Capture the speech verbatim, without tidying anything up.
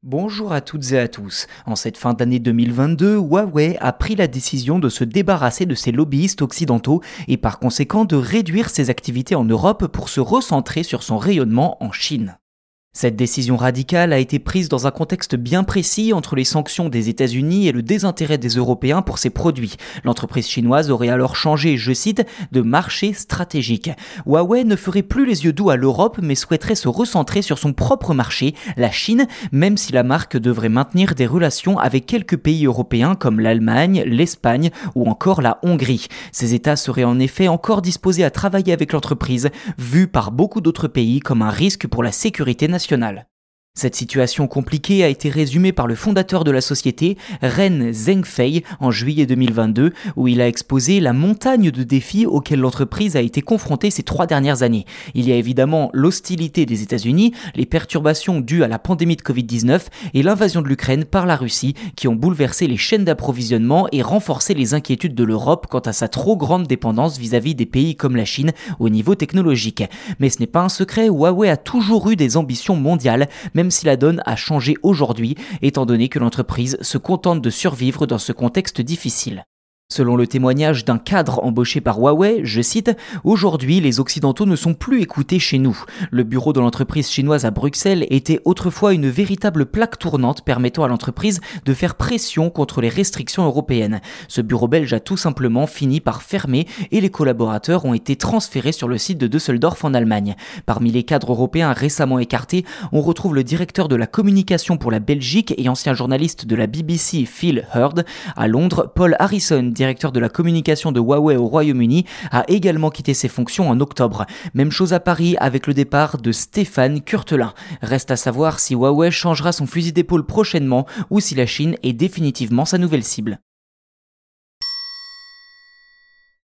Bonjour à toutes et à tous. En cette fin d'année deux mille vingt-deux, Huawei a pris la décision de se débarrasser de ses lobbyistes occidentaux et par conséquent de réduire ses activités en Europe pour se recentrer sur son rayonnement en Chine. Cette décision radicale a été prise dans un contexte bien précis entre les sanctions des États-Unis et le désintérêt des Européens pour ses produits. L'entreprise chinoise aurait alors changé, je cite, de marché stratégique. Huawei ne ferait plus les yeux doux à l'Europe mais souhaiterait se recentrer sur son propre marché, la Chine, même si la marque devrait maintenir des relations avec quelques pays européens comme l'Allemagne, l'Espagne ou encore la Hongrie. Ces États seraient en effet encore disposés à travailler avec l'entreprise, vue par beaucoup d'autres pays comme un risque pour la sécurité nationale. Cette situation compliquée a été résumée par le fondateur de la société, Ren Zhengfei, en juillet deux mille vingt-deux, où il a exposé la montagne de défis auxquels l'entreprise a été confrontée ces trois dernières années. Il y a évidemment l'hostilité des États-Unis, les perturbations dues à la pandémie de covid dix-neuf et l'invasion de l'Ukraine par la Russie, qui ont bouleversé les chaînes d'approvisionnement et renforcé les inquiétudes de l'Europe quant à sa trop grande dépendance vis-à-vis des pays comme la Chine au niveau technologique. Mais ce n'est pas un secret, Huawei a toujours eu des ambitions mondiales, même si la donne a changé aujourd'hui, étant donné que l'entreprise se contente de survivre dans ce contexte difficile. Selon le témoignage d'un cadre embauché par Huawei, je cite, « Aujourd'hui, les Occidentaux ne sont plus écoutés chez nous. Le bureau de l'entreprise chinoise à Bruxelles était autrefois une véritable plaque tournante permettant à l'entreprise de faire pression contre les restrictions européennes. Ce bureau belge a tout simplement fini par fermer et les collaborateurs ont été transférés sur le site de Düsseldorf en Allemagne. Parmi les cadres européens récemment écartés, on retrouve le directeur de la communication pour la Belgique et ancien journaliste de la B B C Phil Hurd. À Londres, Paul Harrison, directeur de la communication de Huawei au Royaume-Uni, a également quitté ses fonctions en octobre. Même chose à Paris avec le départ de Stéphane Curtelin. Reste à savoir si Huawei changera son fusil d'épaule prochainement ou si la Chine est définitivement sa nouvelle cible.